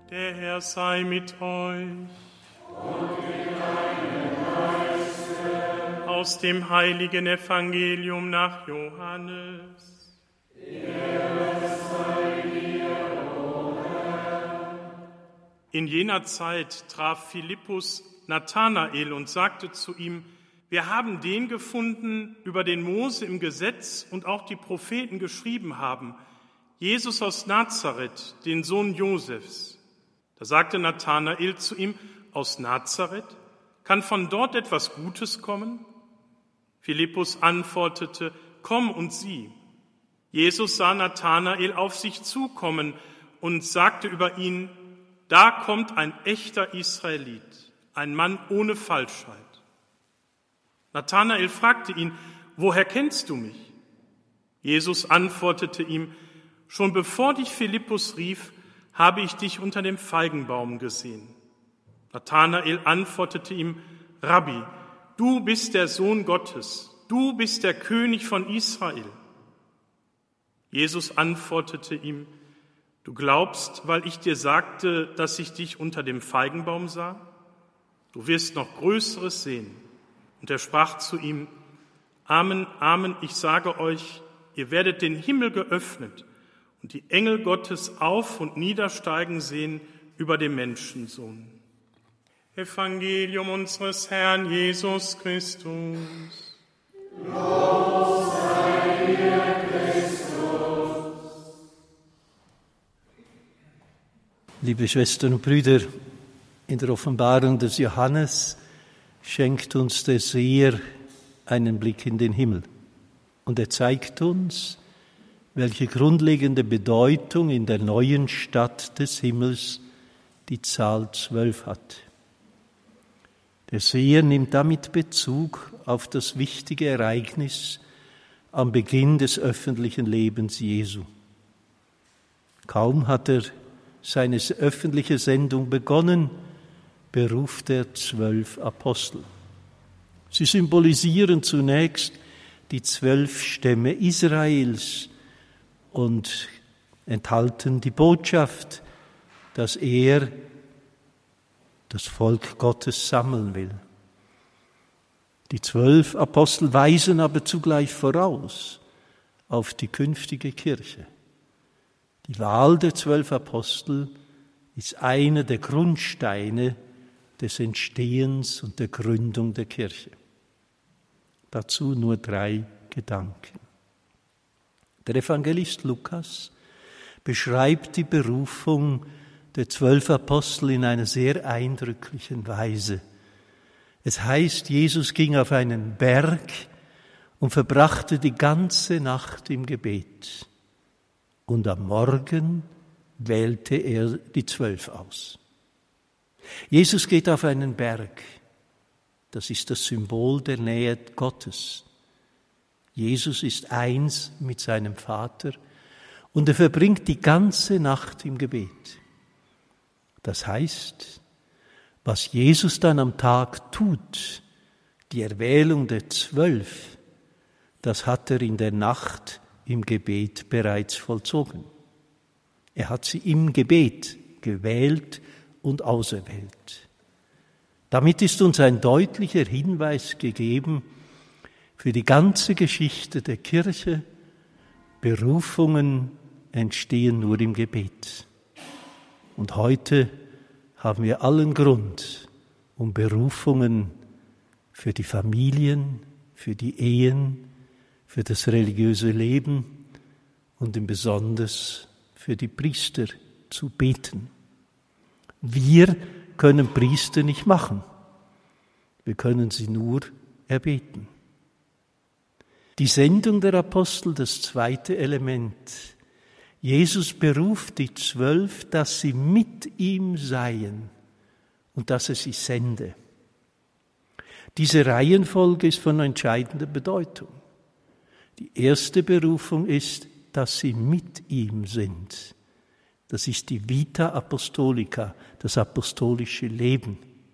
Der Herr sei mit euch. Und mit deinem Geiste. Aus dem heiligen Evangelium nach Johannes. Ehre sei dir, o Herr. In jener Zeit traf Philippus Nathanael und sagte zu ihm: Wir haben den gefunden, über den Mose im Gesetz und auch die Propheten geschrieben haben, Jesus aus Nazareth, den Sohn Josefs. Da sagte Nathanael zu ihm: Aus Nazareth? Kann von dort etwas Gutes kommen? Philippus antwortete: Komm und sieh. Jesus sah Nathanael auf sich zukommen und sagte über ihn: Da kommt ein echter Israelit, ein Mann ohne Falschheit. Nathanael fragte ihn: Woher kennst du mich? Jesus antwortete ihm: Schon bevor dich Philippus rief, habe ich dich unter dem Feigenbaum gesehen. Nathanael antwortete ihm: Rabbi, du bist der Sohn Gottes, du bist der König von Israel. Jesus antwortete ihm: Du glaubst, weil ich dir sagte, dass ich dich unter dem Feigenbaum sah? Du wirst noch Größeres sehen. Und er sprach zu ihm: Amen, Amen, ich sage euch, ihr werdet den Himmel geöffnet und die Engel Gottes auf- und niedersteigen sehen über dem Menschensohn. Evangelium unseres Herrn Jesus Christus. Lob sei dir, Christus. Liebe Schwestern und Brüder, in der Offenbarung des Johannes schenkt uns der Seher einen Blick in den Himmel. Und er zeigt uns, welche grundlegende Bedeutung in der neuen Stadt des Himmels die Zahl 12 hat. Der Seher nimmt damit Bezug auf das wichtige Ereignis am Beginn des öffentlichen Lebens Jesu. Kaum hat er seine öffentliche Sendung begonnen, beruft er 12 Apostel. Sie symbolisieren zunächst die 12 Stämme Israels und enthalten die Botschaft, dass er das Volk Gottes sammeln will. Die 12 Apostel weisen aber zugleich voraus auf die künftige Kirche. Die Wahl der 12 Apostel ist einer der Grundsteine des Entstehens und der Gründung der Kirche. Dazu nur 3 Gedanken. Der Evangelist Lukas beschreibt die Berufung der 12 Apostel in einer sehr eindrücklichen Weise. Es heißt, Jesus ging auf einen Berg und verbrachte die ganze Nacht im Gebet. Und am Morgen wählte er die 12 aus. Jesus geht auf einen Berg. Das ist das Symbol der Nähe Gottes. Jesus ist eins mit seinem Vater und er verbringt die ganze Nacht im Gebet. Das heißt, was Jesus dann am Tag tut, die Erwählung der 12, das hat er in der Nacht im Gebet bereits vollzogen. Er hat sie im Gebet gewählt und auserwählt. Damit ist uns ein deutlicher Hinweis gegeben für die ganze Geschichte der Kirche. Berufungen entstehen nur im Gebet. Und heute haben wir allen Grund, um Berufungen für die Familien, für die Ehen, für das religiöse Leben und im Besonders für die Priester zu beten. Wir können Priester nicht machen. Wir können sie nur erbeten. Die Sendung der Apostel, das zweite Element. Jesus beruft die 12, dass sie mit ihm seien und dass er sie sende. Diese Reihenfolge ist von entscheidender Bedeutung. Die erste Berufung ist, dass sie mit ihm sind. Das ist die Vita Apostolica, das apostolische Leben.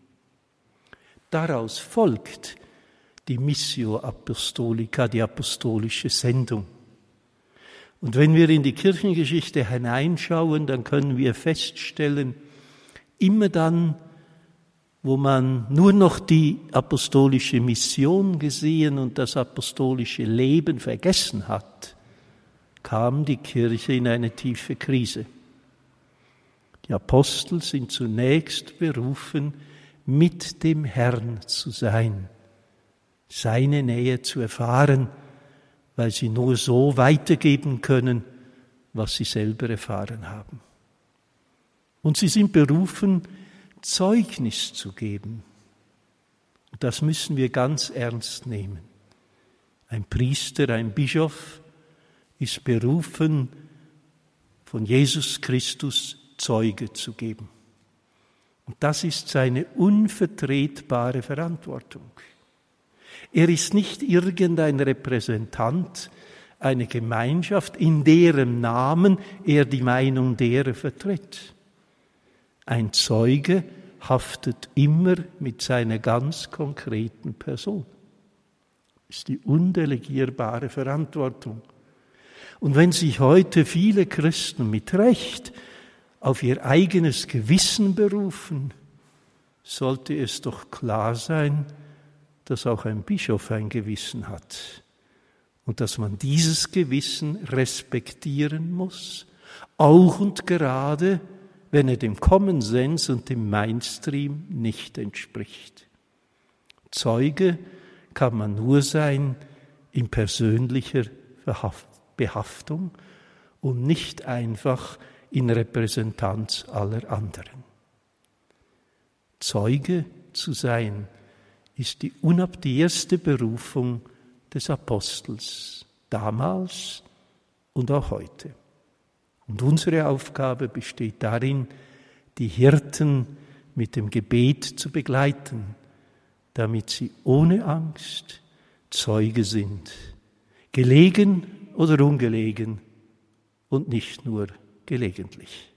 Daraus folgt die Missio Apostolica, die apostolische Sendung. Und wenn wir in die Kirchengeschichte hineinschauen, dann können wir feststellen, Immer dann, wo man nur noch die apostolische Mission gesehen und das apostolische Leben vergessen hat, kam die Kirche in eine tiefe Krise. Die Apostel sind zunächst berufen, mit dem Herrn zu sein, seine Nähe zu erfahren, weil sie nur so weitergeben können, was sie selber erfahren haben. Und sie sind berufen, Zeugnis zu geben. Und das müssen wir ganz ernst nehmen. Ein Priester, ein Bischof ist berufen, von Jesus Christus Zeuge zu geben. Und das ist seine unvertretbare Verantwortung. Er ist nicht irgendein Repräsentant einer Gemeinschaft, in deren Namen er die Meinung derer vertritt. Ein Zeuge haftet immer mit seiner ganz konkreten Person. Das ist die undelegierbare Verantwortung. Und wenn sich heute viele Christen mit Recht auf ihr eigenes Gewissen berufen, sollte es doch klar sein, dass auch ein Bischof ein Gewissen hat und dass man dieses Gewissen respektieren muss, auch und gerade, wenn er dem Common Sense und dem Mainstream nicht entspricht. Zeuge kann man nur sein in persönlicher Behaftung und nicht einfach in Repräsentanz aller anderen. Zeuge zu sein ist die erste Berufung des Apostels, damals und auch heute. Und unsere Aufgabe besteht darin, die Hirten mit dem Gebet zu begleiten, damit sie ohne Angst Zeuge sind, gelegen oder ungelegen und nicht nur gelegentlich.